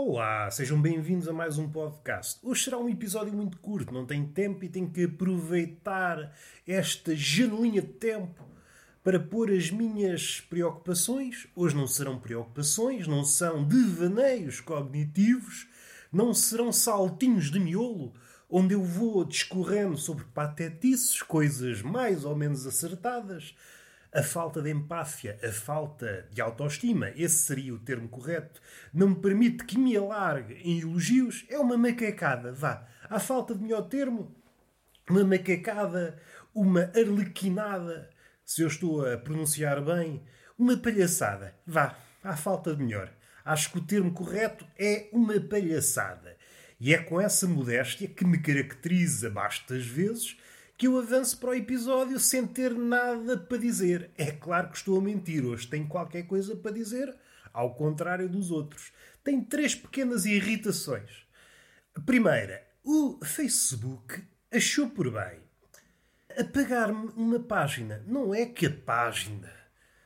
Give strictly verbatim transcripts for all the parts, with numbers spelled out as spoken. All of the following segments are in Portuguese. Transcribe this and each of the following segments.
Olá, sejam bem-vindos a mais um podcast. Hoje será um episódio muito curto, não tenho tempo e tenho que aproveitar esta janelinha de tempo para pôr as minhas preocupações. Hoje não serão preocupações, não são devaneios cognitivos, não serão saltinhos de miolo, onde eu vou discorrendo sobre patetices, coisas mais ou menos acertadas. A falta de empáfia, a falta de autoestima, esse seria o termo correto, não me permite que me alargue em elogios. É uma macacada, vá. À falta de melhor termo, uma macacada, uma arlequinada, se eu estou a pronunciar bem, uma palhaçada, vá. À falta de melhor. Acho que o termo correto é uma palhaçada. E é com essa modéstia que me caracteriza bastas vezes que eu avanço para o episódio sem ter nada para dizer. É claro que estou a mentir. Hoje tenho qualquer coisa para dizer, ao contrário dos outros. Tenho três pequenas irritações. A primeira, o Facebook achou por bem apagar-me uma página. Não é que a página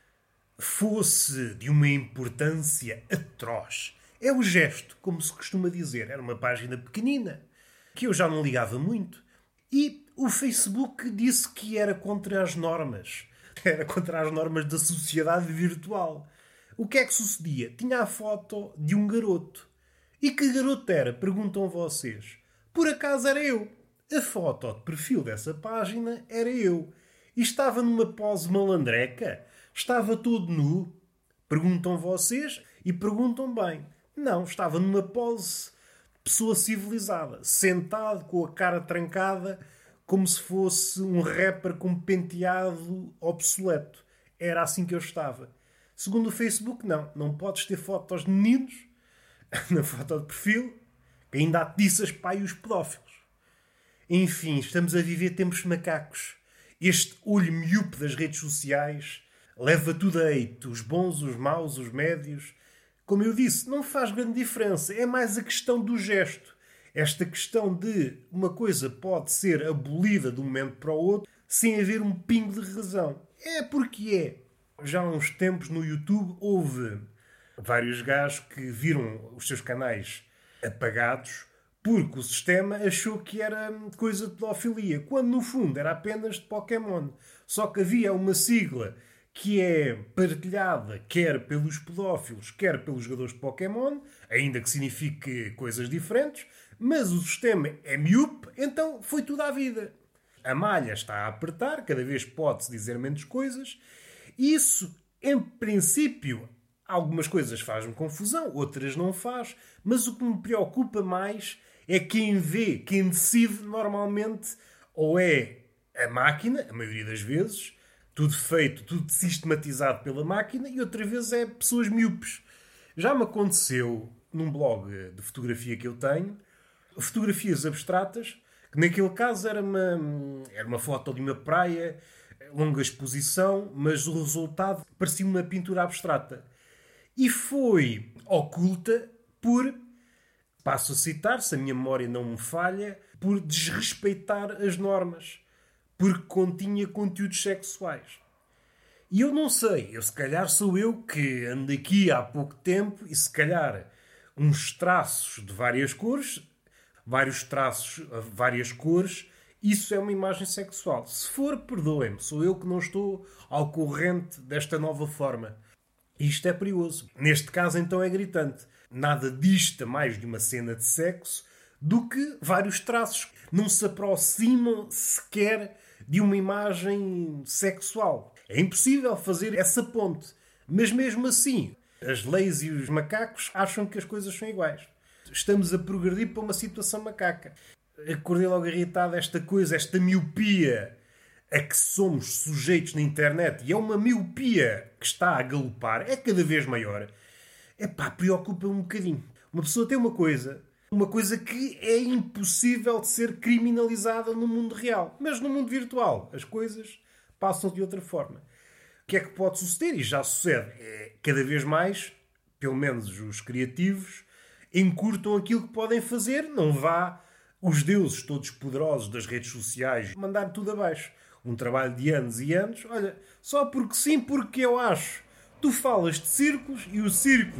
fosse de uma importância atroz. É o gesto, como se costuma dizer. Era uma página pequenina, que eu já não ligava muito. E o Facebook disse que era contra as normas. Era contra as normas da sociedade virtual. O que é que sucedia? Tinha a foto de um garoto. E que garoto era? Perguntam vocês. Por acaso era eu. A foto de perfil dessa página era eu. E estava numa pose malandreca? Estava todo nu? Perguntam vocês e perguntam bem. Não, estava numa pose de pessoa civilizada. Sentado com a cara trancada, como se fosse um rapper com um penteado obsoleto. Era assim que eu estava. Segundo o Facebook, não. Não podes ter fotos de meninos na foto de perfil, que ainda atiças pai os pedófilos. Enfim, estamos a viver tempos macacos. Este olho miúpe das redes sociais leva tudo a eito. Os bons, os maus, os médios. Como eu disse, não faz grande diferença. É mais a questão do gesto. Esta questão de uma coisa pode ser abolida de um momento para o outro sem haver um pingo de razão. É porque é. Já há uns tempos no YouTube houve vários gajos que viram os seus canais apagados porque o sistema achou que era coisa de pedofilia, quando no fundo era apenas de Pokémon. Só que havia uma sigla que é partilhada quer pelos pedófilos, quer pelos jogadores de Pokémon, ainda que signifique coisas diferentes. Mas o sistema é miúpe, então foi tudo à vida. A malha está a apertar, cada vez pode-se dizer menos coisas. E isso, em princípio, algumas coisas fazem confusão, outras não faz. Mas o que me preocupa mais é quem vê, quem decide normalmente, ou é a máquina, a maioria das vezes, tudo feito, tudo sistematizado pela máquina, e outra vez é pessoas miúpes. Já me aconteceu num blog de fotografia que eu tenho, fotografias abstratas, que naquele caso era uma, era uma foto de uma praia, longa exposição, mas o resultado parecia uma pintura abstrata. E foi oculta por, passo a citar, se a minha memória não me falha, por desrespeitar as normas, porque continha conteúdos sexuais. E eu não sei, eu se calhar sou eu que ando aqui há pouco tempo e se calhar uns traços de várias cores, vários traços, várias cores, isso é uma imagem sexual. Se for, perdoem-me, sou eu que não estou ao corrente desta nova forma. Isto é perigoso. Neste caso, então, é gritante. Nada dista mais de uma cena de sexo do que vários traços que não se aproximam sequer de uma imagem sexual. É impossível fazer essa ponte. Mas mesmo assim, as leis e os macacos acham que as coisas são iguais. Estamos a progredir para uma situação macaca. Acordei logo irritado esta coisa, esta miopia a que somos sujeitos na internet. E é uma miopia que está a galopar, é cada vez maior. Epá, preocupa-me um bocadinho. Uma pessoa tem uma coisa, uma coisa que é impossível de ser criminalizada no mundo real. Mas no mundo virtual, as coisas passam de outra forma. O que é que pode suceder? E já sucede. É, cada vez mais, pelo menos os criativos, encurtam aquilo que podem fazer, não vá os deuses todos poderosos das redes sociais mandar tudo abaixo. Um trabalho de anos e anos, olha, só porque sim, porque eu acho. Tu falas de círculos e o círculo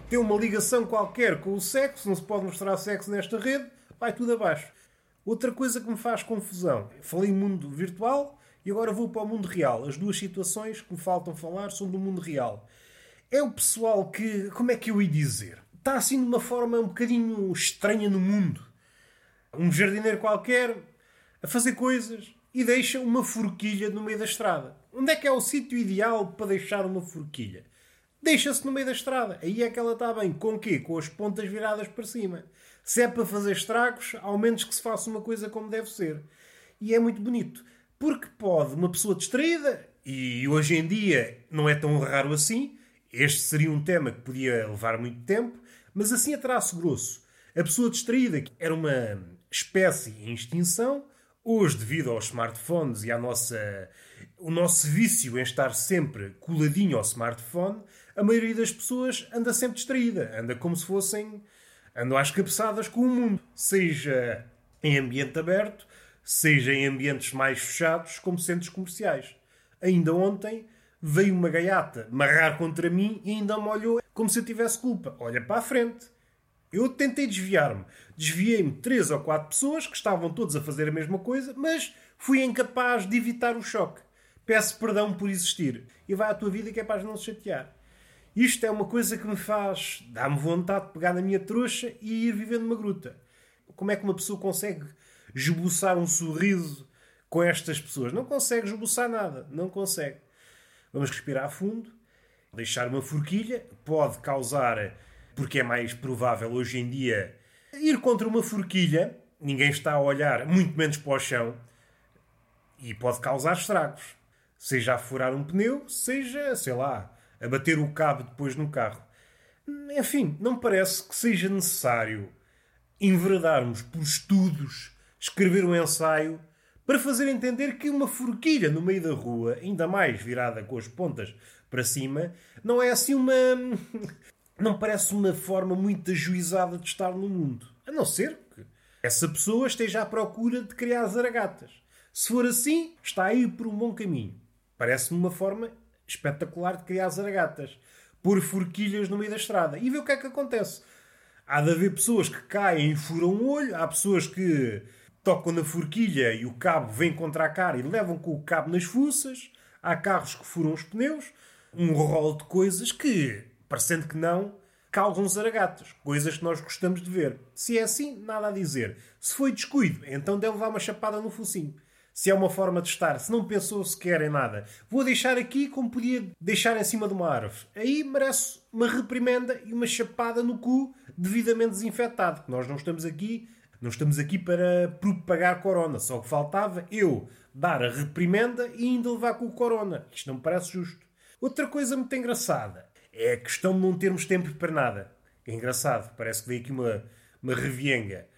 ter uma ligação qualquer com o sexo, não se pode mostrar sexo nesta rede, vai tudo abaixo. Outra coisa que me faz confusão, falei mundo virtual e agora vou para o mundo real. As duas situações que me faltam falar são do mundo real. É o pessoal que, como é que eu ia dizer? Está assim de uma forma um bocadinho estranha no mundo. Um jardineiro qualquer a fazer coisas e deixa uma forquilha no meio da estrada. Onde é que é o sítio ideal para deixar uma forquilha? Deixa-se no meio da estrada. Aí é que ela está bem. Com o quê? Com as pontas viradas para cima. Se é para fazer estragos, ao menos que se faça uma coisa como deve ser. E é muito bonito. Porque pode uma pessoa distraída, e hoje em dia não é tão raro assim, este seria um tema que podia levar muito tempo, mas assim a traço grosso. A pessoa distraída, que era uma espécie em extinção, hoje, devido aos smartphones e à nossa, o nosso vício em estar sempre coladinho ao smartphone, a maioria das pessoas anda sempre distraída. Anda como se fossem... Andam às cabeçadas com o mundo. Seja em ambiente aberto, seja em ambientes mais fechados, como centros comerciais. Ainda ontem veio uma gaiata marrar contra mim e ainda me olhou como se eu tivesse culpa. Olha para a frente. Eu tentei desviar-me. Desviei-me três ou quatro pessoas que estavam todos a fazer a mesma coisa, mas fui incapaz de evitar o choque. Peço perdão por existir. E vai à tua vida que é para não se chatear. Isto é uma coisa que me faz... Dá-me vontade de pegar na minha trouxa e ir viver numa gruta. Como é que uma pessoa consegue esboçar um sorriso com estas pessoas? Não consegue esboçar nada. Não consegue. Vamos respirar a fundo. Deixar uma forquilha. Pode causar... Porque é mais provável hoje em dia ir contra uma forquilha. Ninguém está a olhar, muito menos para o chão. E pode causar estragos. Seja a furar um pneu, seja, sei lá... a bater o cabo depois no carro. Enfim, não parece que seja necessário enveredarmos por estudos, escrever um ensaio, para fazer entender que uma forquilha no meio da rua, ainda mais virada com as pontas para cima, não é assim uma... não parece uma forma muito ajuizada de estar no mundo. A não ser que essa pessoa esteja à procura de criar zaragatas. Se for assim, está a ir por um bom caminho. Parece-me uma forma... espetacular de criar zaragatas. Pôr forquilhas no meio da estrada. E ver o que é que acontece. Há de haver pessoas que caem e furam o olho. Há pessoas que tocam na forquilha e o cabo vem contra a cara e levam com o cabo nas fuças. Há carros que furam os pneus. Um rol de coisas que, parecendo que não, causam zaragatas. Coisas que nós gostamos de ver. Se é assim, nada a dizer. Se foi descuido, então deve levar uma chapada no focinho. Se é uma forma de estar, se não pensou sequer em nada, vou deixar aqui como podia deixar em cima de uma árvore. Aí merece uma reprimenda e uma chapada no cu devidamente desinfetado. Nós não estamos aqui, não estamos aqui para propagar corona. Só que faltava eu dar a reprimenda e ainda levar com o corona. Isto não me parece justo. Outra coisa muito engraçada é a questão de não termos tempo para nada. É engraçado, parece que veio aqui uma, uma revienga.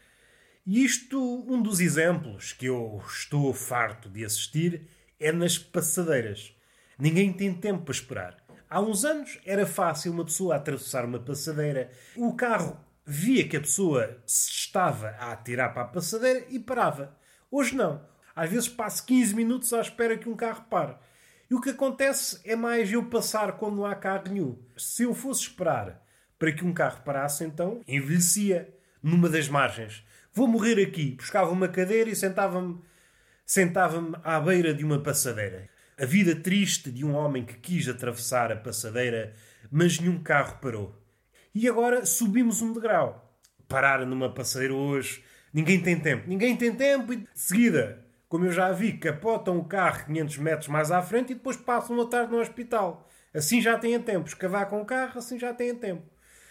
E isto, um dos exemplos que eu estou farto de assistir é nas passadeiras. Ninguém tem tempo para esperar. Há uns anos era fácil uma pessoa atravessar uma passadeira. O carro via que a pessoa se estava a atirar para a passadeira e parava. Hoje não. Às vezes passo quinze minutos à espera que um carro pare. E o que acontece é mais eu passar quando não há carro nenhum. Se eu fosse esperar para que um carro parasse, então envelhecia numa das margens. Vou morrer aqui. Buscava uma cadeira e sentava-me sentava-me à beira de uma passadeira. A vida triste de um homem que quis atravessar a passadeira, mas nenhum carro parou. E agora subimos um degrau. Parar numa passadeira hoje, ninguém tem tempo. Ninguém tem tempo e de seguida, como eu já vi, capotam o carro quinhentos metros mais à frente e depois passam a tarde no hospital. Assim já têm tempo. Escavar com o carro, assim já têm tempo.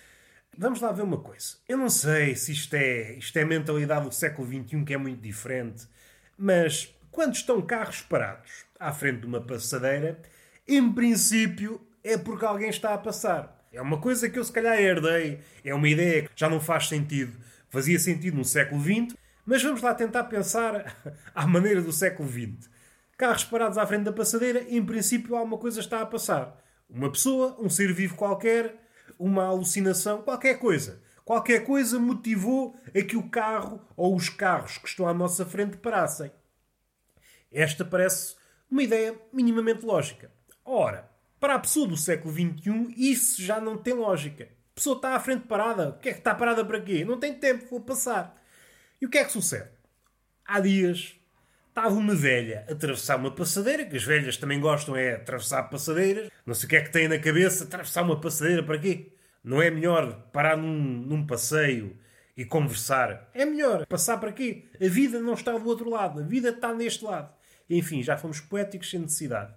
Vamos lá ver uma coisa. Eu não sei se isto é, isto é a mentalidade do século vinte e um, que é muito diferente, mas quando estão carros parados à frente de uma passadeira, em princípio é porque alguém está a passar. É uma coisa que eu se calhar herdei, é uma ideia que já não faz sentido. Fazia sentido no século vinte, mas vamos lá tentar pensar à maneira do século vinte. Carros parados à frente da passadeira, em princípio alguma coisa está a passar. Uma pessoa, um ser vivo qualquer, uma alucinação, qualquer coisa. Qualquer coisa motivou a que o carro ou os carros que estão à nossa frente parassem. Esta parece uma ideia minimamente lógica. Ora, para a pessoa do século vinte e um, isso já não tem lógica. pessoa está à frente parada. O que é que está parada para quê? Não tem tempo, vou passar. E o que é que sucede? Há dias estava uma velha a atravessar uma passadeira, que as velhas também gostam é atravessar passadeiras. Não sei o que é que têm na cabeça, atravessar uma passadeira para quê? Não é melhor parar num, num passeio e conversar? É melhor passar para quê? A vida não está do outro lado, a vida está neste lado. E, enfim, já fomos poéticos sem necessidade.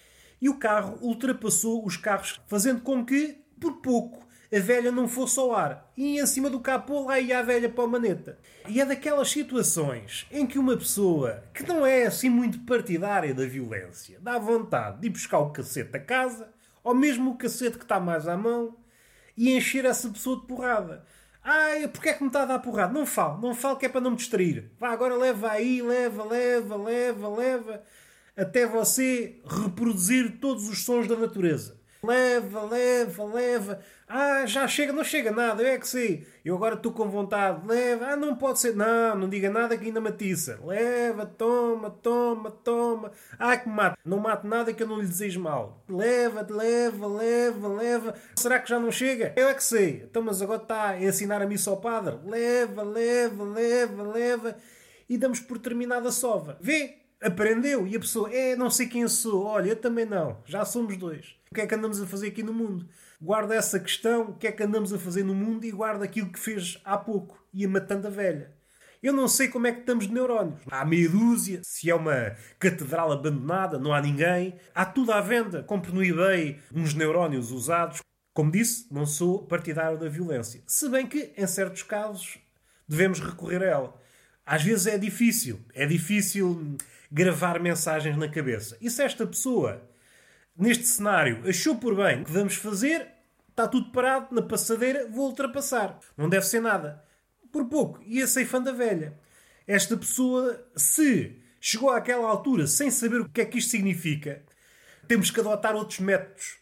E o carro ultrapassou os carros, fazendo com que, por pouco, a velha não fosse ao ar. E em cima do capô lá ia a velha para a maneta. E é daquelas situações em que uma pessoa que não é assim muito partidária da violência dá vontade de ir buscar o cacete a casa, ou mesmo o cacete que está mais à mão, e encher essa pessoa de porrada. Ai, porque é que me está a dar porrada? Não falo, não falo que é para não me distrair. Vá, agora leva aí, leva, leva, leva, leva, até você reproduzir todos os sons da natureza. Leva, leva, leva. Ah, já chega, não chega nada, eu é que sei. Eu agora estou com vontade. Leva, ah, não pode ser. Não, não diga nada que ainda me atiça. Leva, toma, toma, toma. Ah, que me mate. Não mate nada que eu não lhe desejo mal. Leva, leva, leva, leva. Será que já não chega? Eu é que sei. Então, mas agora está a ensinar a missa ao padre. Leva, leva, leva, leva. E damos por terminada a sova. Vê? Aprendeu. E a pessoa, é, não sei quem sou. Olha, eu também não. Já somos dois. O que é que andamos a fazer aqui no mundo? Guarda essa questão, o que é que andamos a fazer no mundo, e guarda aquilo que fez há pouco. Ia matando a velha. Eu não sei como é que estamos de neurónios. Há meia dúzia, se é uma catedral abandonada, não há ninguém. Há tudo à venda. Compre no eBay uns neurónios usados. Como disse, não sou partidário da violência. Se bem que, em certos casos, devemos recorrer a ela. Às vezes é difícil. É difícil gravar mensagens na cabeça. E se esta pessoa, neste cenário, achou por bem que vamos fazer, está tudo parado na passadeira, vou ultrapassar. Não deve ser nada. Por pouco, ia ceifando a velha. Esta pessoa, se chegou àquela altura sem saber o que é que isto significa, temos que adotar outros métodos.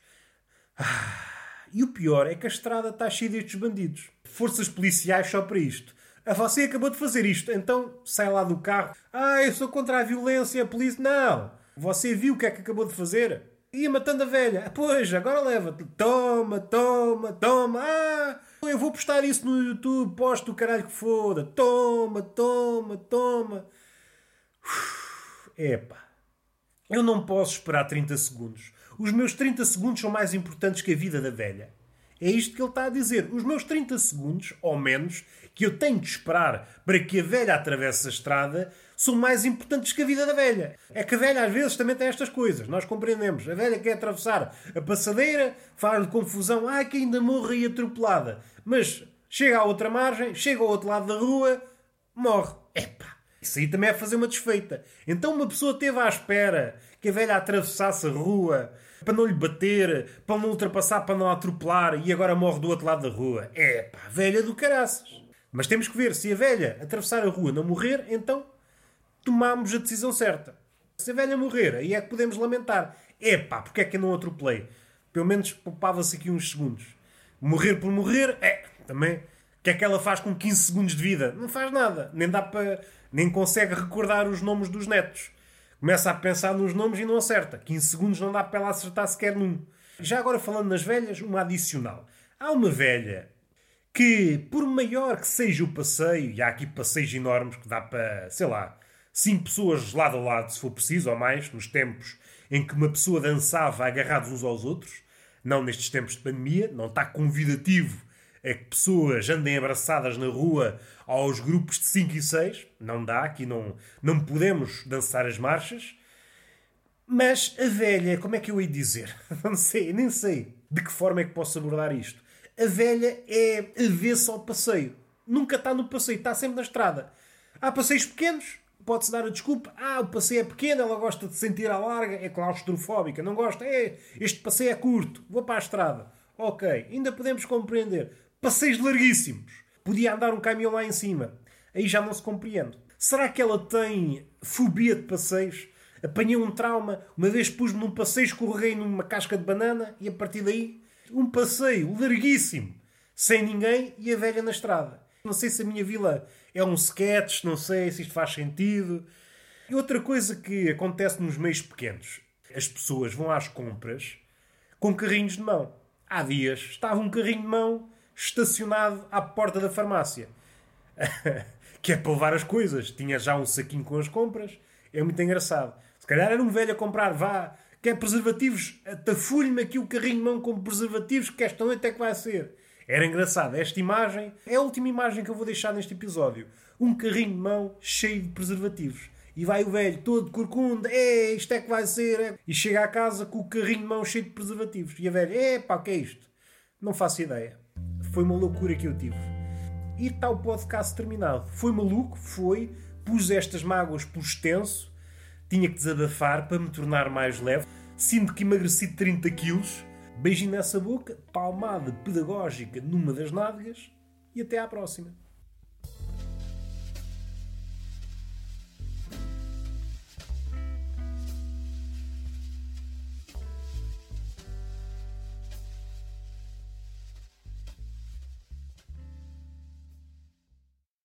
Ah, e o pior é que a estrada está cheia destes bandidos. Forças policiais só para isto. Ah, você acabou de fazer isto, então sai lá do carro. Ah, eu sou contra a violência, a polícia... Não! Você viu o que é que acabou de fazer? Ia matando a velha. Pois, agora leva-te. Toma, toma, toma. Ah, eu vou postar isso no YouTube. Posto o caralho que foda. Toma, toma, toma. Uf, epá. Eu não posso esperar trinta segundos. Os meus trinta segundos são mais importantes que a vida da velha. É isto que ele está a dizer. Os meus trinta segundos, ou menos, que eu tenho de esperar para que a velha atravesse a estrada, são mais importantes que a vida da velha. É que a velha às vezes também tem estas coisas. Nós compreendemos. A velha quer atravessar a passadeira, faz-lhe confusão. Ah, que ainda morre aí atropelada. Mas chega à outra margem, chega ao outro lado da rua, morre. Epá, isso aí também é fazer uma desfeita. Então uma pessoa esteve à espera que a velha atravessasse a rua para não lhe bater, para não ultrapassar, para não atropelar, e agora morre do outro lado da rua. Epá, velha do caraças. Mas temos que ver, se a velha atravessar a rua não morrer, então tomamos a decisão certa. Se a velha morrer, aí é que podemos lamentar. Epá, porque é que eu não atropelei? Pelo menos poupava-se aqui uns segundos. Morrer por morrer, é, também. O que é que ela faz com quinze segundos de vida? Não faz nada. Nem dá para... Nem consegue recordar os nomes dos netos. Começa a pensar nos nomes e não acerta. quinze segundos não dá para ela acertar sequer num. Já agora falando nas velhas, uma adicional. Há uma velha que, por maior que seja o passeio, e há aqui passeios enormes que dá para, sei lá, cinco pessoas lado a lado, se for preciso, ou mais, nos tempos em que uma pessoa dançava agarrados uns aos outros, não nestes tempos de pandemia, não está convidativo a que pessoas andem abraçadas na rua aos grupos de cinco e seis, não dá, aqui não, não podemos dançar as marchas. Mas a velha, como é que eu ia dizer? Não sei, nem sei de que forma é que posso abordar isto. A velha é avessa ao passeio. Nunca está no passeio, está sempre na estrada. Há passeios pequenos, pode-se dar a desculpa. Ah, o passeio é pequeno, ela gosta de sentir à larga, é claustrofóbica, não gosta. É, este passeio é curto, vou para a estrada. Ok, ainda podemos compreender. Passeios larguíssimos. Podia andar um caminhão lá em cima. Aí já não se compreende. Será que ela tem fobia de passeios? Apanhei um trauma. Uma vez pus-me num passeio, escorreguei numa casca de banana e a partir daí, um passeio larguíssimo. Sem ninguém e a velha na estrada. Não sei se a minha vila é um sketch, não sei se isto faz sentido. E outra coisa que acontece nos meios pequenos. As pessoas vão às compras com carrinhos de mão. Há dias estava um carrinho de mão estacionado à porta da farmácia. Que é para levar as coisas. Tinha já um saquinho com as compras. É muito engraçado. Se calhar era um velho a comprar, vá, quer preservativos? Atafulhe-me aqui o carrinho de mão com preservativos, que esta noite é que vai ser. Era engraçado. Esta imagem é a última imagem que eu vou deixar neste episódio. Um carrinho de mão cheio de preservativos. E vai o velho todo corcunda. É, isto é que vai ser. É. E chega à casa com o carrinho de mão cheio de preservativos. E a velha, é pá, o que é isto? Não faço ideia. Foi uma loucura que eu tive. E está o podcast terminado. Foi maluco, foi. Pus estas mágoas por extenso. Tinha que desabafar para me tornar mais leve. Sinto que emagreci trinta quilos. Beijinho nessa boca, palmada pedagógica numa das nádegas e até à próxima.